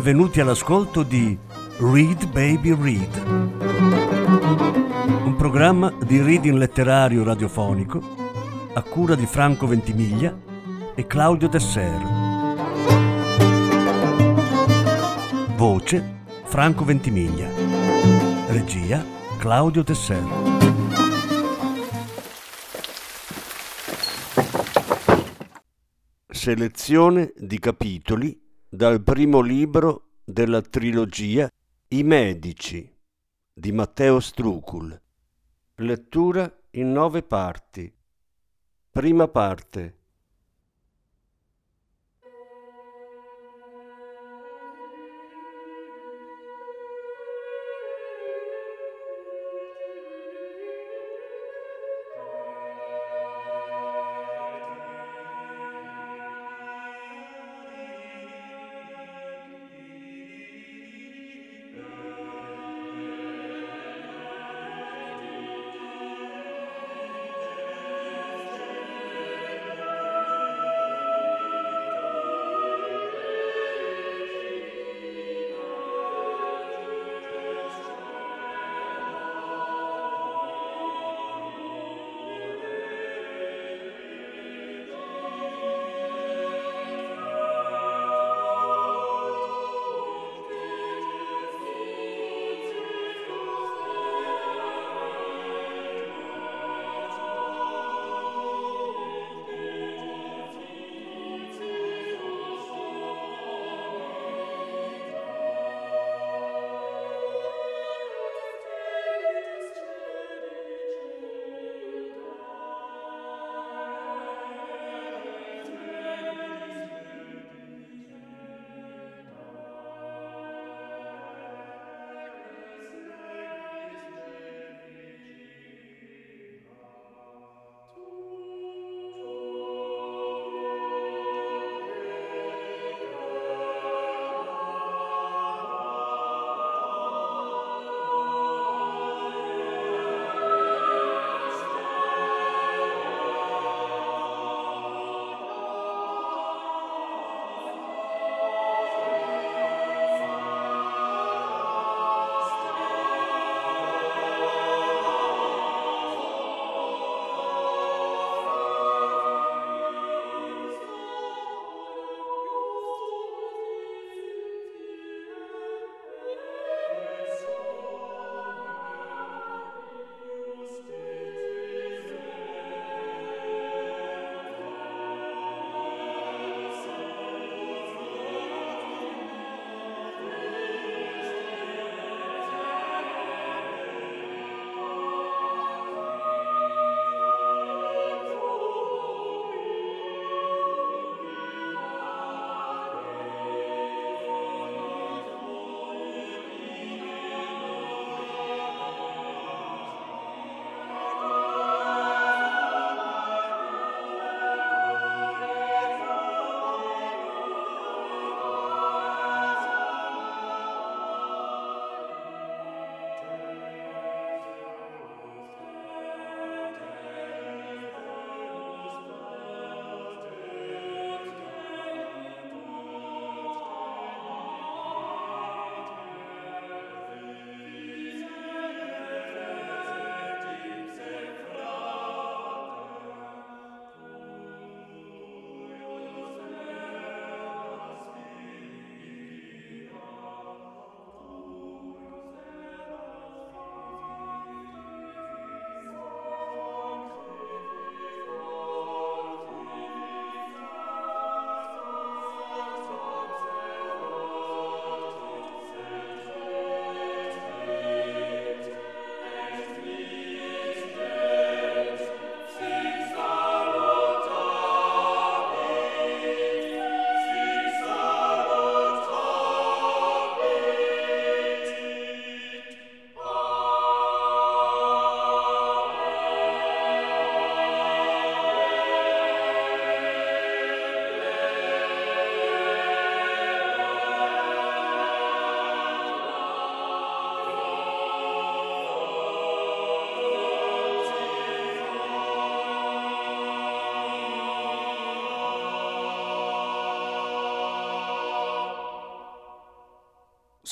benvenuti all'ascolto di Read Baby Read, un programma di reading letterario radiofonico a cura di Franco Ventimiglia e Claudio Desser. Voce Franco Ventimiglia. Regia Claudio Desser. Selezione di capitoli dal primo libro della trilogia I Medici di Matteo Strucul. Lettura in 9 parti. Prima parte.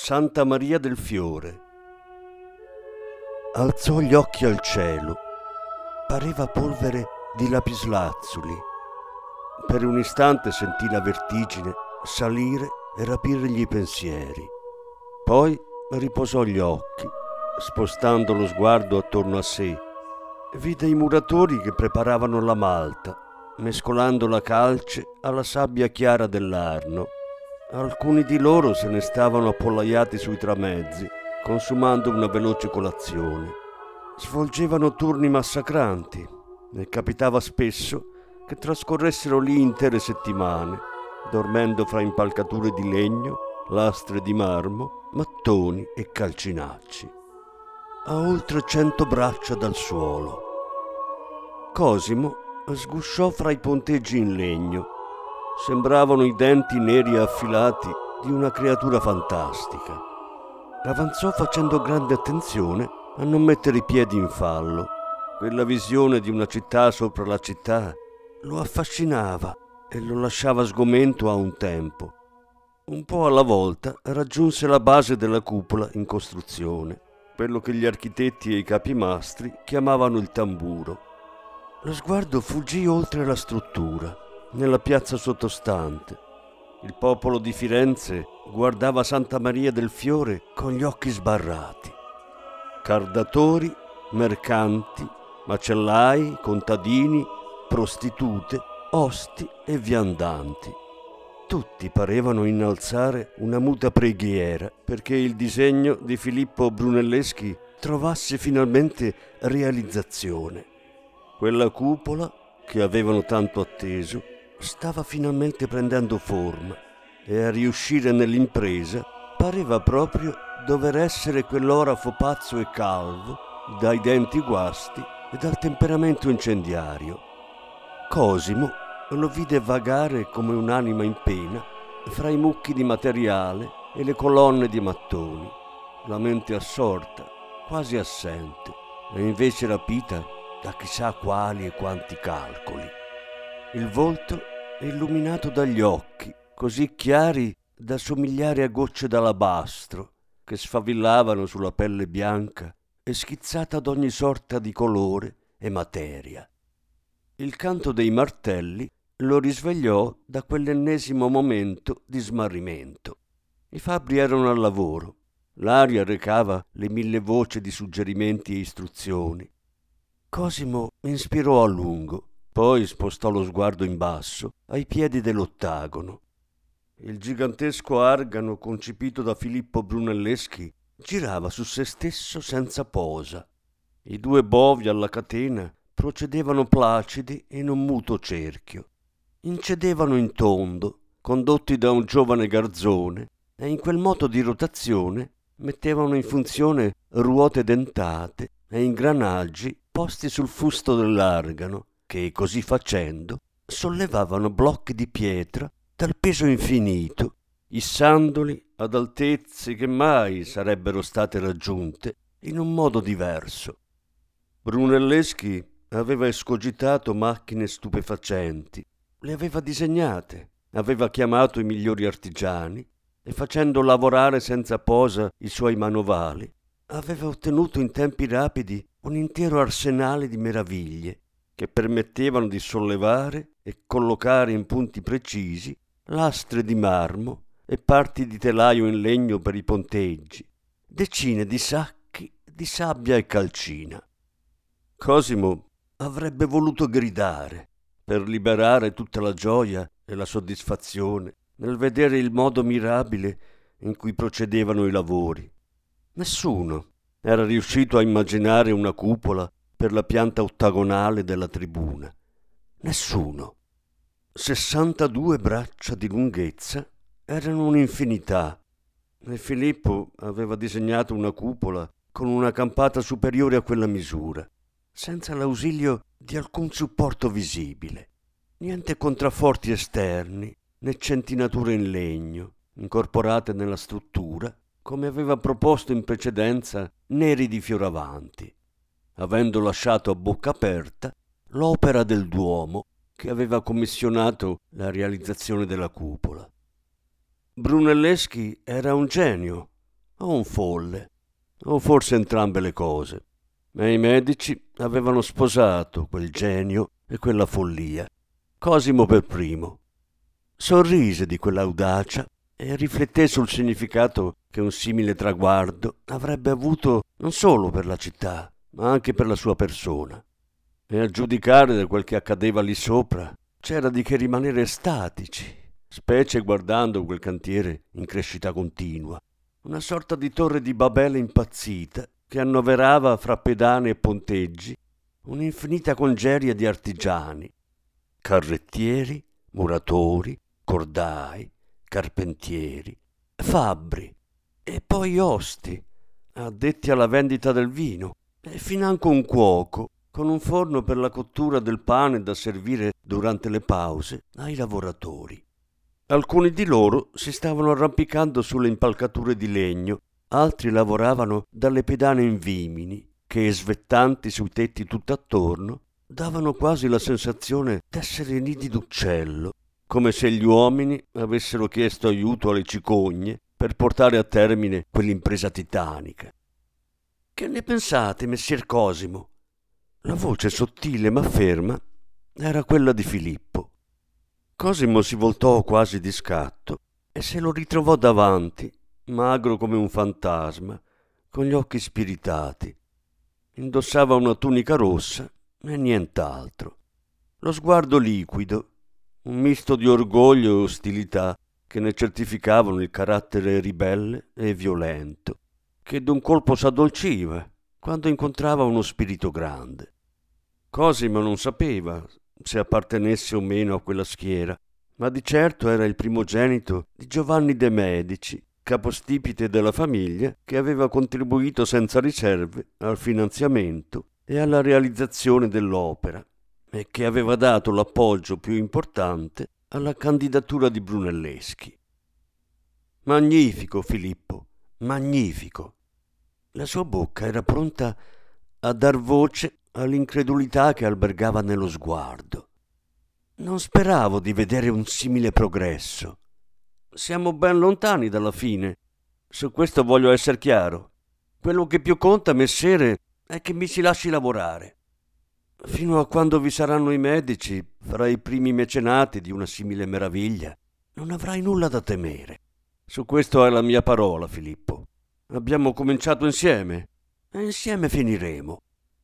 Santa Maria del Fiore. Alzò gli occhi al cielo. Pareva polvere di lapislazzuli. Per un istante sentì la vertigine salire e rapirgli i pensieri. Poi riposò gli occhi, spostando lo sguardo attorno a sé. Vide i muratori che preparavano la malta, mescolando la calce alla sabbia chiara dell'Arno. Alcuni di loro se ne stavano appollaiati sui tramezzi, consumando una veloce colazione. Svolgevano turni massacranti e capitava spesso che trascorressero lì intere settimane, dormendo fra impalcature di legno, lastre di marmo, mattoni e calcinacci. A oltre 100 braccia dal suolo. Cosimo sgusciò fra i ponteggi in legno. Sembravano i denti neri e affilati di una creatura fantastica. Avanzò facendo grande attenzione a non mettere i piedi in fallo. Quella visione di una città sopra la città lo affascinava e lo lasciava sgomento a un tempo. Un po' alla volta raggiunse la base della cupola in costruzione, quello che gli architetti e i capimastri chiamavano il tamburo. Lo sguardo fuggì oltre la struttura, nella piazza sottostante. Il popolo di Firenze guardava Santa Maria del Fiore con gli occhi sbarrati. Cardatori, mercanti, macellai, contadini, prostitute, osti e viandanti. Tutti parevano innalzare una muta preghiera perché il disegno di Filippo Brunelleschi trovasse finalmente realizzazione. Quella cupola, che avevano tanto atteso, stava finalmente prendendo forma e a riuscire nell'impresa pareva proprio dover essere quell'orafo pazzo e calvo, dai denti guasti e dal temperamento incendiario. Cosimo lo vide vagare come un'anima in pena fra i mucchi di materiale e le colonne di mattoni, la mente assorta, quasi assente, e invece rapita da chissà quali e quanti calcoli. Il volto illuminato dagli occhi, così chiari da somigliare a gocce d'alabastro che sfavillavano sulla pelle bianca e schizzata ad ogni sorta di colore e materia. Il canto dei martelli lo risvegliò da quell'ennesimo momento di smarrimento. I fabbri erano al lavoro, l'aria recava le 1000 voci di suggerimenti e istruzioni. Cosimo inspirò a lungo, poi spostò lo sguardo in basso ai piedi dell'ottagono. Il gigantesco argano concepito da Filippo Brunelleschi girava su se stesso senza posa. I 2 bovi alla catena procedevano placidi in un muto cerchio. Incedevano in tondo, condotti da un giovane garzone, e in quel moto di rotazione mettevano in funzione ruote dentate e ingranaggi posti sul fusto dell'argano, che così facendo sollevavano blocchi di pietra dal peso infinito, issandoli ad altezze che mai sarebbero state raggiunte in un modo diverso. Brunelleschi aveva escogitato macchine stupefacenti, le aveva disegnate, aveva chiamato i migliori artigiani e facendo lavorare senza posa i suoi manovali, aveva ottenuto in tempi rapidi un intero arsenale di meraviglie che permettevano di sollevare e collocare in punti precisi lastre di marmo e parti di telaio in legno per i ponteggi, decine di sacchi di sabbia e calcina. Cosimo avrebbe voluto gridare per liberare tutta la gioia e la soddisfazione nel vedere il modo mirabile in cui procedevano i lavori. Nessuno era riuscito a immaginare una cupola per la pianta ottagonale della tribuna. Nessuno. 62 braccia di lunghezza erano un'infinità e Filippo aveva disegnato una cupola con una campata superiore a quella misura, senza l'ausilio di alcun supporto visibile, niente contrafforti esterni né centinature in legno incorporate nella struttura come aveva proposto in precedenza Neri di Fioravanti, avendo lasciato a bocca aperta l'opera del Duomo che aveva commissionato la realizzazione della cupola. Brunelleschi era un genio, o un folle, o forse entrambe le cose. Ma i medici avevano sposato quel genio e quella follia. Cosimo per primo. Sorrise di quell'audacia e rifletté sul significato che un simile traguardo avrebbe avuto non solo per la città, ma anche per la sua persona. E a giudicare da quel che accadeva lì sopra, c'era di che rimanere estatici, specie guardando quel cantiere in crescita continua, una sorta di torre di Babele impazzita che annoverava fra pedane e ponteggi un'infinita congerie di artigiani, carrettieri, muratori, cordai, carpentieri, fabbri e poi osti, addetti alla vendita del vino e financo un cuoco con un forno per la cottura del pane da servire durante le pause ai lavoratori. Alcuni di loro si stavano arrampicando sulle impalcature di legno, altri lavoravano dalle pedane in vimini che, svettanti sui tetti tutt'attorno, davano quasi la sensazione d'essere nidi d'uccello, come se gli uomini avessero chiesto aiuto alle cicogne per portare a termine quell'impresa titanica. «Che ne pensate, Messer Cosimo?» La voce sottile ma ferma era quella di Filippo. Cosimo si voltò quasi di scatto e se lo ritrovò davanti, magro come un fantasma, con gli occhi spiritati. Indossava una tunica rossa e nient'altro. Lo sguardo liquido, un misto di orgoglio e ostilità che ne certificavano il carattere ribelle e violento, che d'un colpo s'addolciva quando incontrava uno spirito grande. Cosimo non sapeva se appartenesse o meno a quella schiera, ma di certo era il primogenito di Giovanni de' Medici, capostipite della famiglia che aveva contribuito senza riserve al finanziamento e alla realizzazione dell'opera e che aveva dato l'appoggio più importante alla candidatura di Brunelleschi. Magnifico, Filippo, magnifico. La sua bocca era pronta a dar voce all'incredulità che albergava nello sguardo. Non speravo di vedere un simile progresso. Siamo ben lontani dalla fine. Su questo voglio essere chiaro. Quello che più conta, messere, è che mi si lasci lavorare. Fino a quando vi saranno i medici, fra i primi mecenati di una simile meraviglia, non avrai nulla da temere. Su questo è la mia parola, Filippo. Abbiamo cominciato insieme e insieme finiremo.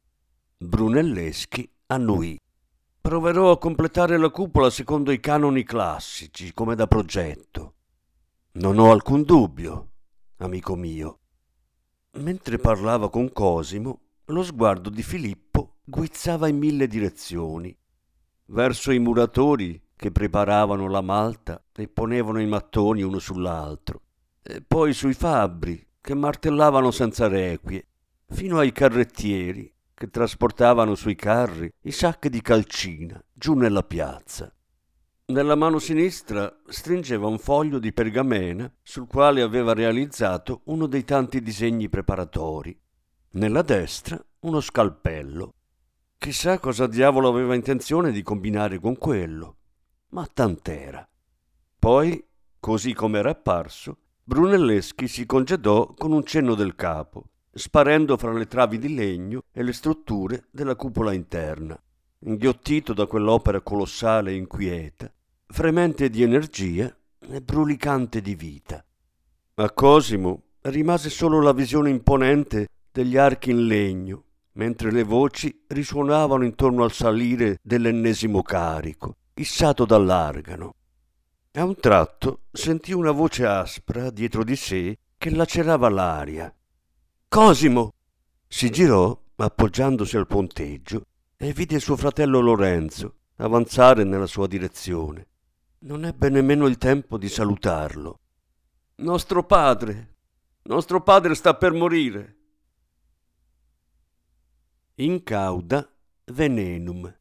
Brunelleschi annuì. Proverò a completare la cupola secondo i canoni classici, come da progetto. Non ho alcun dubbio, amico mio. Mentre parlava con Cosimo, lo sguardo di Filippo guizzava in mille direzioni. Verso i muratori che preparavano la malta e ponevano i mattoni uno sull'altro, e poi sui fabbri che martellavano senza requie, fino ai carrettieri che trasportavano sui carri i sacchi di calcina giù nella piazza. Nella mano sinistra stringeva un foglio di pergamena sul quale aveva realizzato uno dei tanti disegni preparatori. Nella destra uno scalpello. Chissà cosa diavolo aveva intenzione di combinare con quello, ma tant'era. Poi, così come era apparso, Brunelleschi si congedò con un cenno del capo, sparendo fra le travi di legno e le strutture della cupola interna, inghiottito da quell'opera colossale e inquieta, fremente di energia e brulicante di vita. A Cosimo rimase solo la visione imponente degli archi in legno, mentre le voci risuonavano intorno al salire dell'ennesimo carico, issato dall'argano. A un tratto sentì una voce aspra dietro di sé che lacerava l'aria. «Cosimo!» Si girò, appoggiandosi al ponteggio, e vide suo fratello Lorenzo avanzare nella sua direzione. Non ebbe nemmeno il tempo di salutarlo. Nostro padre sta per morire!» Incauda venenum.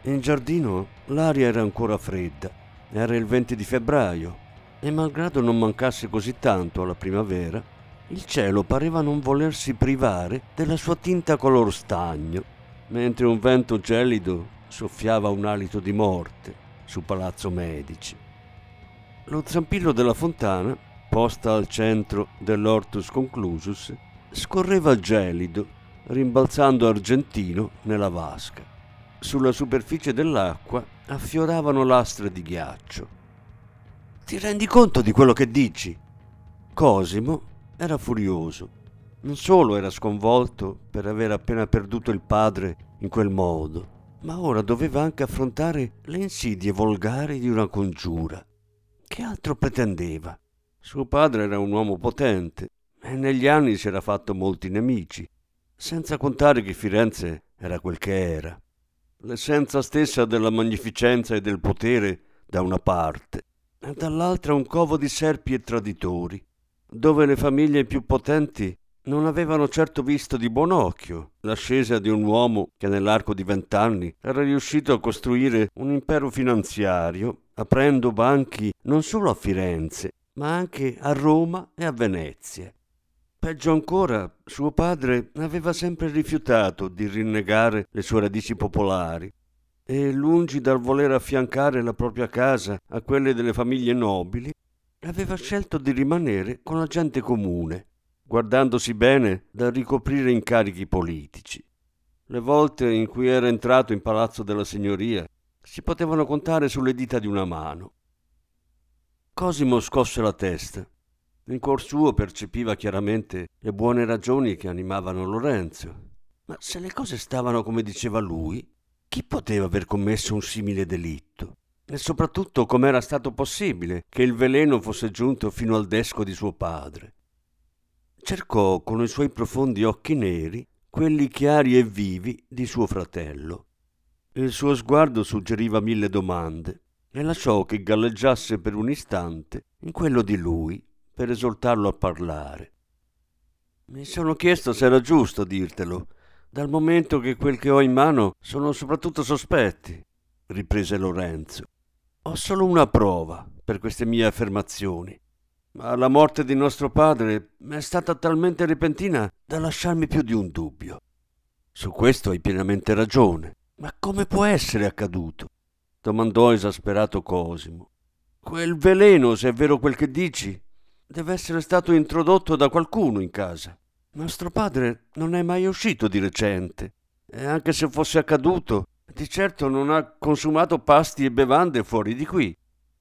In giardino l'aria era ancora fredda, era il 20 di febbraio e malgrado non mancasse così tanto alla primavera, il cielo pareva non volersi privare della sua tinta color stagno, mentre un vento gelido soffiava un alito di morte su Palazzo Medici. Lo zampillo della fontana, posta al centro dell'Hortus Conclusus, scorreva gelido, rimbalzando argentino nella vasca. Sulla superficie dell'acqua affioravano lastre di ghiaccio. Ti rendi conto di quello che dici? Cosimo era furioso. Non solo era sconvolto per aver appena perduto il padre in quel modo, ma ora doveva anche affrontare le insidie volgari di una congiura. Che altro pretendeva? Suo padre era un uomo potente e negli anni si era fatto molti nemici, senza contare che Firenze era quel che era. L'essenza stessa della magnificenza e del potere da una parte, e dall'altra un covo di serpi e traditori, dove le famiglie più potenti non avevano certo visto di buon occhio l'ascesa di un uomo che nell'arco di 20 anni era riuscito a costruire un impero finanziario, aprendo banchi non solo a Firenze, ma anche a Roma e a Venezia. Peggio ancora, suo padre aveva sempre rifiutato di rinnegare le sue radici popolari e, lungi dal voler affiancare la propria casa a quelle delle famiglie nobili, aveva scelto di rimanere con la gente comune, guardandosi bene da ricoprire incarichi politici. Le volte in cui era entrato in Palazzo della Signoria si potevano contare sulle dita di una mano. Cosimo scosse la testa. In cuor suo percepiva chiaramente le buone ragioni che animavano Lorenzo. Ma se le cose stavano come diceva lui, chi poteva aver commesso un simile delitto? E soprattutto com'era stato possibile che il veleno fosse giunto fino al desco di suo padre? Cercò con i suoi profondi occhi neri quelli chiari e vivi di suo fratello. Il suo sguardo suggeriva 1000 domande e lasciò che galleggiasse per un istante in quello di lui per esortarlo a parlare. Mi sono chiesto se era giusto dirtelo, dal momento che quel che ho in mano sono soprattutto sospetti, riprese Lorenzo. Ho solo una prova per queste mie affermazioni, ma la morte di nostro padre è stata talmente repentina da lasciarmi più di un dubbio. Su questo hai pienamente ragione, ma come può essere accaduto? Domandò esasperato Cosimo. Quel veleno, se è vero quel che dici, deve essere stato introdotto da qualcuno in casa. Nostro padre non è mai uscito di recente e anche se fosse accaduto, di certo non ha consumato pasti e bevande fuori di qui.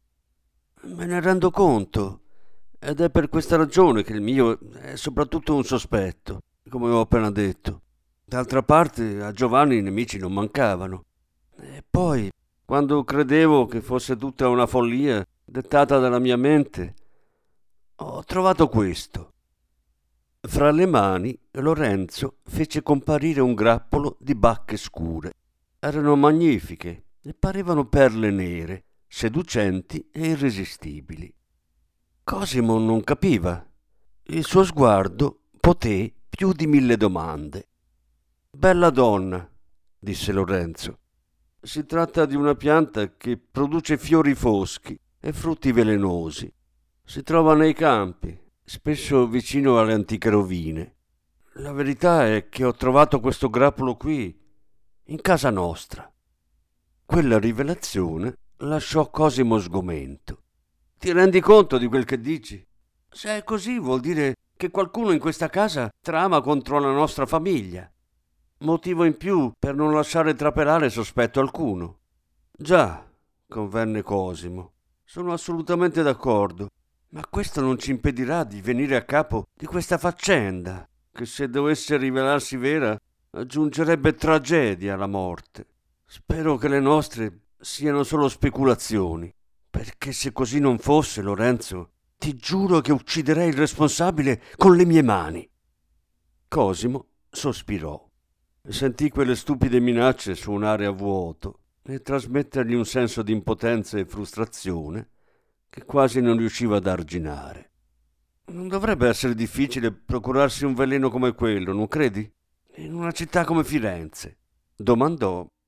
Me ne rendo conto ed è per questa ragione che il mio è soprattutto un sospetto, come ho appena detto. D'altra parte a Giovanni i nemici non mancavano. E poi, quando credevo che fosse tutta una follia dettata dalla mia mente, ho trovato questo. Fra le mani Lorenzo fece comparire un grappolo di bacche scure. Erano magnifiche e parevano perle nere, seducenti e irresistibili. Cosimo non capiva. Il suo sguardo poté più di 1000 domande. Bella donna, disse Lorenzo. Si tratta di una pianta che produce fiori foschi e frutti velenosi. Si trova nei campi, spesso vicino alle antiche rovine. La verità è che ho trovato questo grappolo qui, in casa nostra. Quella rivelazione lasciò Cosimo sgomento. Ti rendi conto di quel che dici? Se è così vuol dire che qualcuno in questa casa trama contro la nostra famiglia. Motivo in più per non lasciare trapelare sospetto alcuno. Già, convenne Cosimo. Sono assolutamente d'accordo. Ma questo non ci impedirà di venire a capo di questa faccenda, che se dovesse rivelarsi vera, aggiungerebbe tragedia alla morte. Spero che le nostre siano solo speculazioni, perché se così non fosse, Lorenzo, ti giuro che ucciderei il responsabile con le mie mani. Cosimo sospirò. Sentì quelle stupide minacce suonare a vuoto e trasmettergli un senso di impotenza e frustrazione che quasi non riusciva ad arginare. Non dovrebbe essere difficile procurarsi un veleno come quello, non credi? In una città come Firenze? Domandò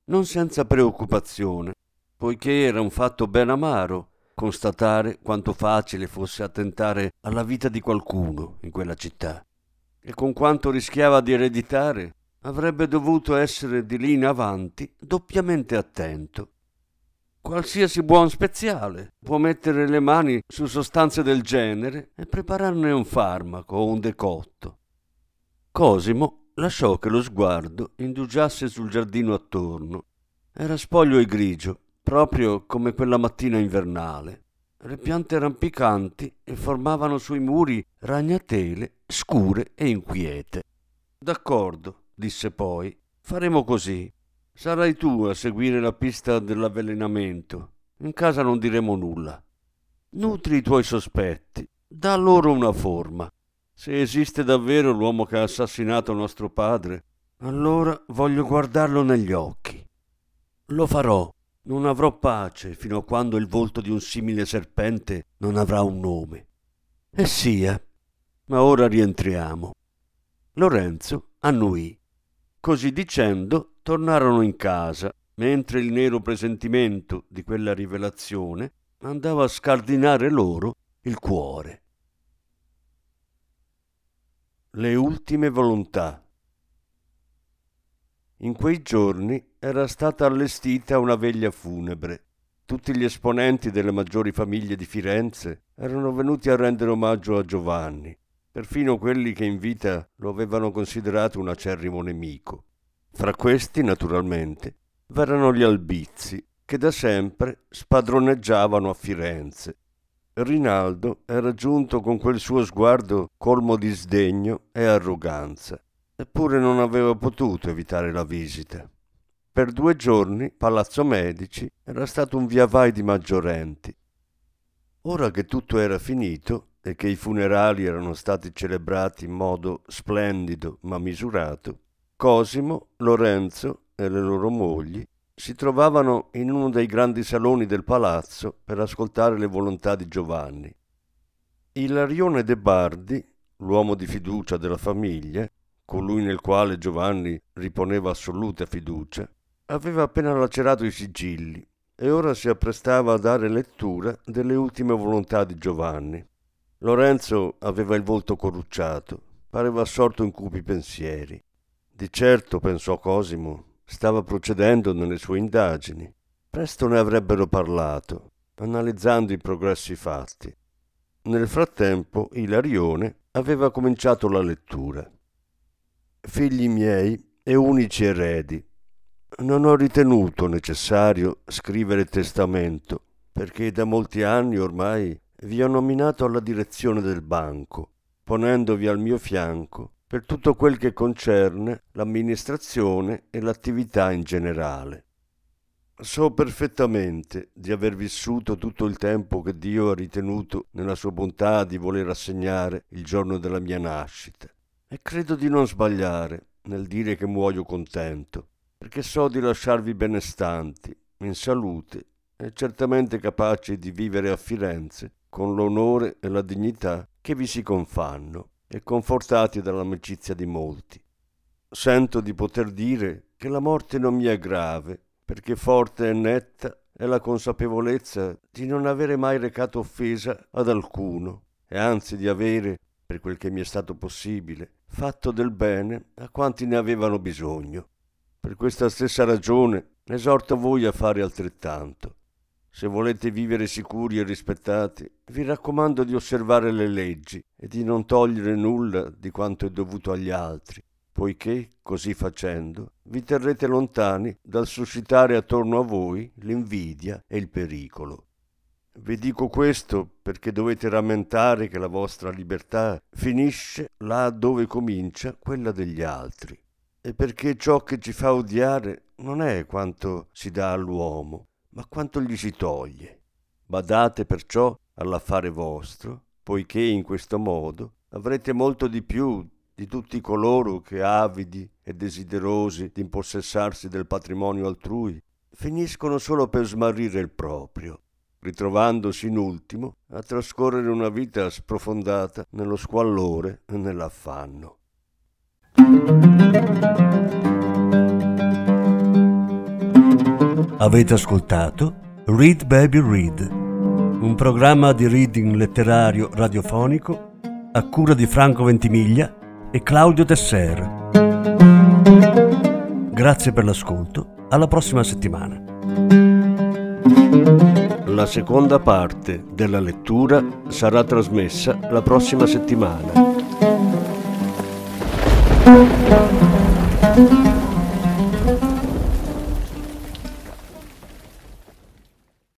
non senza preoccupazione, poiché era un fatto ben amaro constatare quanto facile fosse attentare alla vita di qualcuno in quella città, e con quanto rischiava di ereditare avrebbe dovuto essere di lì in avanti doppiamente attento. Qualsiasi buon speziale può mettere le mani su sostanze del genere e prepararne un farmaco o un decotto. Cosimo lasciò che lo sguardo indugiasse sul giardino attorno. Era spoglio e grigio, proprio come quella mattina invernale. Le piante rampicanti e formavano sui muri ragnatele scure e inquiete. «D'accordo», disse poi, «faremo così. Sarai tu a seguire la pista dell'avvelenamento. In casa non diremo nulla. Nutri i tuoi sospetti, dà loro una forma. Se esiste davvero l'uomo che ha assassinato nostro padre, allora voglio guardarlo negli occhi. Lo farò. Non avrò pace fino a quando il volto di un simile serpente non avrà un nome. E sia. Ma ora rientriamo». Lorenzo annuì. Così dicendo, tornarono in casa, mentre il nero presentimento di quella rivelazione andava a scardinare loro il cuore. Le ultime volontà. In quei giorni era stata allestita una veglia funebre. Tutti gli esponenti delle maggiori famiglie di Firenze erano venuti a rendere omaggio a Giovanni, perfino quelli che in vita lo avevano considerato un acerrimo nemico. Fra questi, naturalmente, v'erano gli Albizzi, che da sempre spadroneggiavano a Firenze. Rinaldo era giunto con quel suo sguardo colmo di sdegno e arroganza, eppure non aveva potuto evitare la visita. Per 2 giorni Palazzo Medici era stato un viavai di maggiorenti. Ora che tutto era finito e che i funerali erano stati celebrati in modo splendido ma misurato, Cosimo, Lorenzo e le loro mogli si trovavano in uno dei grandi saloni del palazzo per ascoltare le volontà di Giovanni. Ilarione de Bardi, l'uomo di fiducia della famiglia, colui nel quale Giovanni riponeva assoluta fiducia, aveva appena lacerato i sigilli e ora si apprestava a dare lettura delle ultime volontà di Giovanni. Lorenzo aveva il volto corrucciato, pareva assorto in cupi pensieri. Di certo, pensò Cosimo, stava procedendo nelle sue indagini. Presto ne avrebbero parlato, analizzando i progressi fatti. Nel frattempo Ilarione aveva cominciato la lettura. Figli miei e unici eredi, non ho ritenuto necessario scrivere testamento, perché da molti anni ormai vi ho nominato alla direzione del banco, ponendovi al mio fianco per tutto quel che concerne l'amministrazione e l'attività in generale. So perfettamente di aver vissuto tutto il tempo che Dio ha ritenuto nella sua bontà di voler assegnare il giorno della mia nascita, e credo di non sbagliare nel dire che muoio contento, perché so di lasciarvi benestanti, in salute e certamente capaci di vivere a Firenze con l'onore e la dignità che vi si confanno e confortati dall'amicizia di molti. Sento di poter dire che la morte non mi è grave, perché forte e netta è la consapevolezza di non avere mai recato offesa ad alcuno e anzi di avere, per quel che mi è stato possibile, fatto del bene a quanti ne avevano bisogno. Per questa stessa ragione esorto voi a fare altrettanto. Se volete vivere sicuri e rispettati, vi raccomando di osservare le leggi e di non togliere nulla di quanto è dovuto agli altri, poiché, così facendo, vi terrete lontani dal suscitare attorno a voi l'invidia e il pericolo. Vi dico questo perché dovete rammentare che la vostra libertà finisce là dove comincia quella degli altri, e perché ciò che ci fa odiare non è quanto si dà all'uomo, ma quanto gli si toglie. Badate perciò all'affare vostro, poiché in questo modo avrete molto di più di tutti coloro che, avidi e desiderosi di impossessarsi del patrimonio altrui, finiscono solo per smarrire il proprio, ritrovandosi in ultimo a trascorrere una vita sprofondata nello squallore e nell'affanno. Avete ascoltato Read Baby Read, un programma di reading letterario radiofonico a cura di Franco Ventimiglia e Claudio Tesser. Grazie per l'ascolto, alla prossima settimana. La seconda parte della lettura sarà trasmessa la prossima settimana.